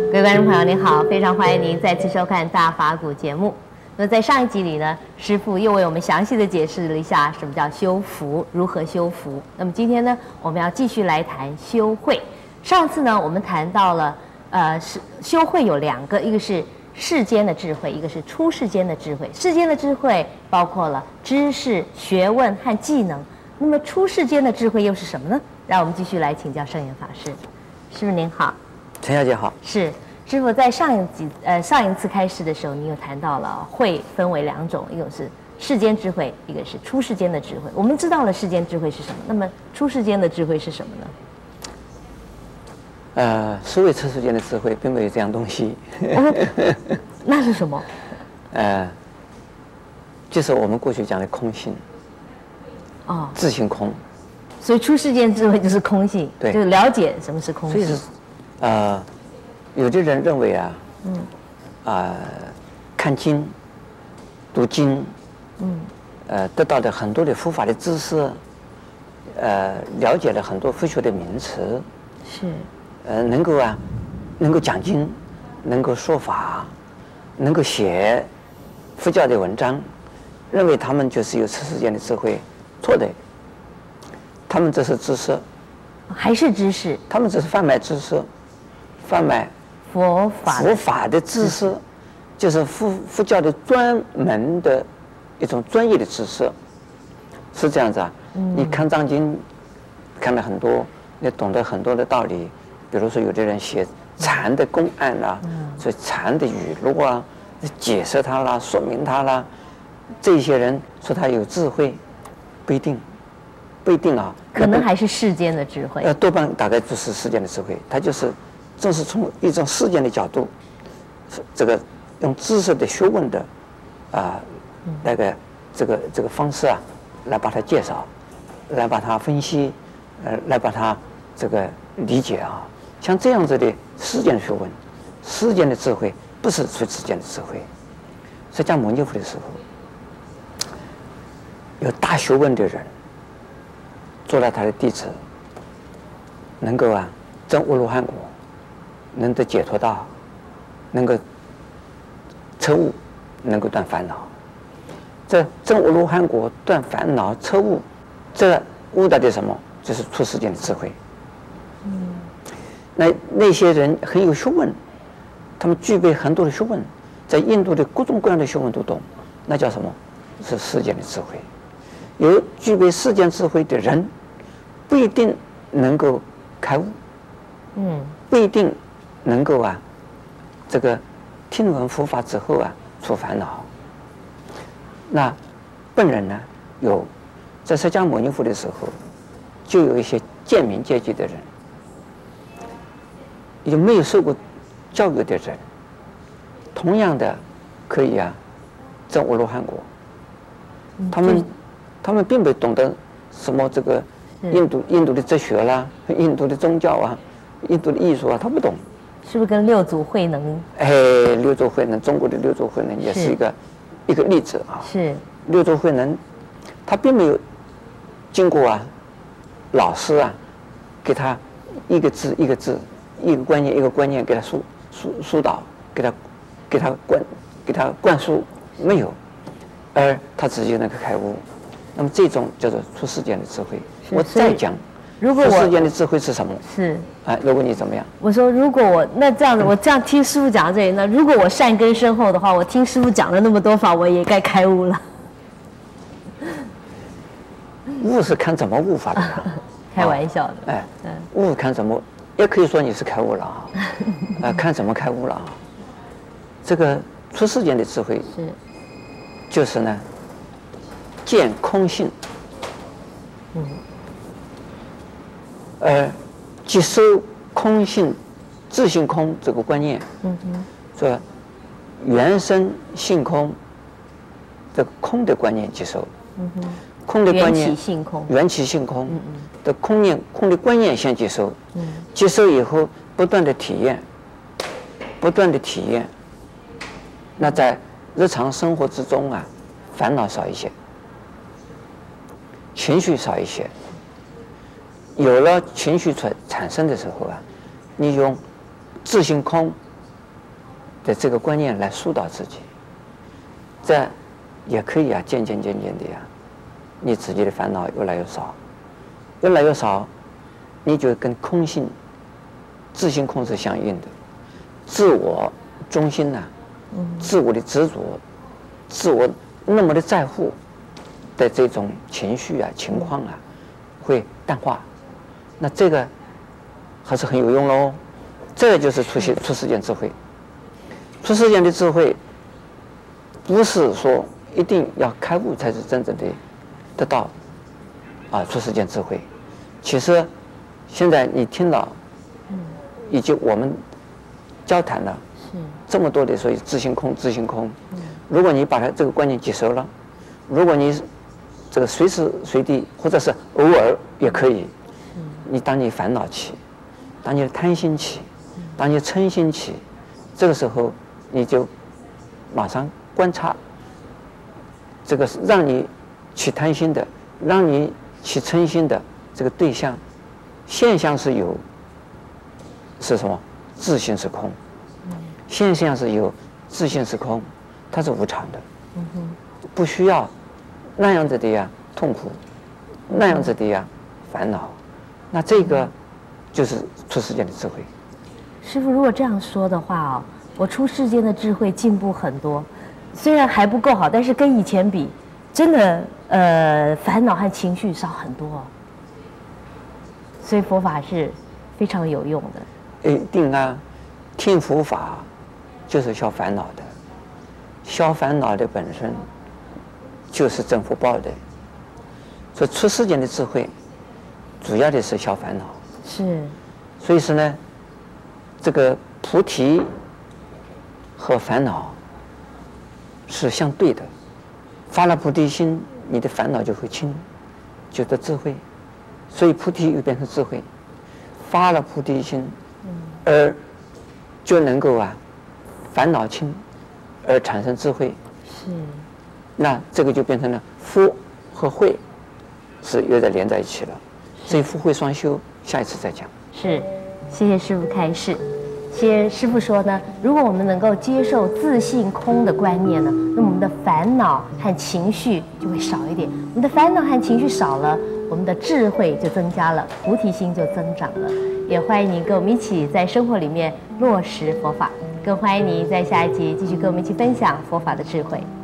各位观众朋友，您好，非常欢迎您再次收看《大法古》节目。那么在上一集里呢，师父又为我们详细的解释了一下什么叫修福，如何修福。那么今天呢，我们要继续来谈修慧。上次呢，我们谈到了修慧有两个，一个是世间的智慧，一个是出世间的智慧。世间的智慧包括了知识、学问和技能。那么出世间的智慧又是什么呢？让我们继续来请教圣严法师。师父您好。 陈小姐好。 是。师父在上一次开始的时候，您有谈到了慧分为两种，一种是世间智慧，一个是出世间的智慧。我们知道了世间智慧是什么，那么出世间的智慧是什么呢？所谓出世间的智慧，并没有这样东西。 那是什么？ 就是我们过去讲的空性。哦。自性空。 所以出世间智慧就是空性， 对， 就是了解什么是空性。 所以是，有的人认为看经、读经，得到的很多的佛法的知识，了解了很多佛学的名词，是，能够讲经，能够说法，能够写佛教的文章，认为他们就是有出世间的智慧，错的。他们这是知识， 还是知识？ 他们只是贩卖知识，贩卖佛法的知识，就是佛教的专门的一种专业的知识，是这样子啊。你看藏经看了很多，你懂得很多的道理。比如说，有的人写禅的公案啦，所以禅的语录啊，解释它啦，说明它啦，这些人说他有智慧，不一定。不一定啊， 可能还是世间的智慧。 多半大概就是世间的智慧，它就是正是从一种世间的角度，这个用知识的学问的那个这个方式来把它介绍，来把它分析，来把它这个理解啊。像这样子的世间的学问、世间的智慧，不是出世间的智慧。释迦牟尼佛的时候，有大学问的人。做了他的弟子，能够证阿罗汉果，能得解脱道，能够彻悟，能够断烦恼。这证阿罗汉果、断烦恼、彻悟，这悟到的什么？就是出世间的智慧。那些人很有学问，他们具备很多的学问，在印度的各种各样的学问都懂，那叫什么？是世间的智慧。有具备世间智慧的人。不一定能够开悟，不一定能够这个听闻佛法之后除烦恼。那本人呢，有在释迦牟尼佛的时候，就有一些贱民阶级的人，也没有受过教育的人，同样的可以证阿罗汉果。他们并不懂得什么这个。印度的哲学啦，印度的宗教印度的艺术他不懂， 是不是跟六祖慧能？ 六祖慧能，中国的六祖慧能也是一个例子是六祖慧能，他并没有经过老师给他一个字一个字，一个观念一个观念给他疏导，给他灌输，没有，而他直接能够开悟。那么这种叫做出世间的智慧。我再讲， 如果出世间的智慧是什么？ 是如果你怎么样？ 我说，如果我这样子，我这样听师父讲到这里，那如果我善根深厚的话，我听师父讲了那么多法，我也该开悟了。 悟是看怎么悟法的， 开玩笑的。 悟看怎么，也可以说你是开悟了看怎么开悟了这个出世间的智慧就是呢，见空性。接受空性、自性空这个观念，说原生性空的空的观念接受，空的观念缘起性空的空的观念先接受，接受以后不断的体验，那在日常生活之中烦恼少一些，情绪少一些。有了情绪产生的时候你用自性空的这个观念来疏导自己，这也可以啊，渐渐的呀，你自己的烦恼越来越少，越来越少，你就跟空性、自性空是相应的。自我中心呐，自我的执着，自我那么的在乎的这种情绪啊、情况啊，会淡化。那这个还是很有用喽。这个就是出世间智慧。出世间的智慧，不是说一定要开悟才是真正的得到啊出世间智慧。其实现在你听了，以及我们交谈了这么多的所谓自性空，自性空。如果你把它这个观念接受了，如果你这个随时随地或者是偶尔也可以，你当你烦恼起，当你贪心起，当你嗔心起，这个时候你就马上观察这个是让你起贪心的，让你起嗔心的这个对象现象是有，是什么？自性是空，现象是有，自性是空，它是无常的，不需要那样子的呀痛苦，那样子的呀烦恼，那这个就是出世间的智慧。 师父，如果这样说的话哦，我出世间的智慧进步很多，虽然还不够好，但是跟以前比，真的烦恼和情绪少很多哦。所以佛法是非常有用的。 一定啊，听佛法就是消烦恼的，消烦恼的本身就是增福报的。所以出世间的智慧，主要的是消烦恼。 是。 所以说呢，这个菩提和烦恼是相对的。发了菩提心，你的烦恼就会轻，就得智慧。所以菩提又变成智慧。发了菩提心，而就能够啊烦恼轻，而产生智慧。 是。那这个就变成了福和慧是有点连在一起了。所以福慧双修，下一次再讲。 是，谢谢师父开示。师父说呢，如果我们能够接受自性空的观念呢，那么我们的烦恼和情绪就会少一点。我们的烦恼和情绪少了，我们的智慧就增加了，菩提心就增长了。也欢迎您跟我们一起在生活里面落实佛法，更欢迎您在下一集继续跟我们一起分享佛法的智慧。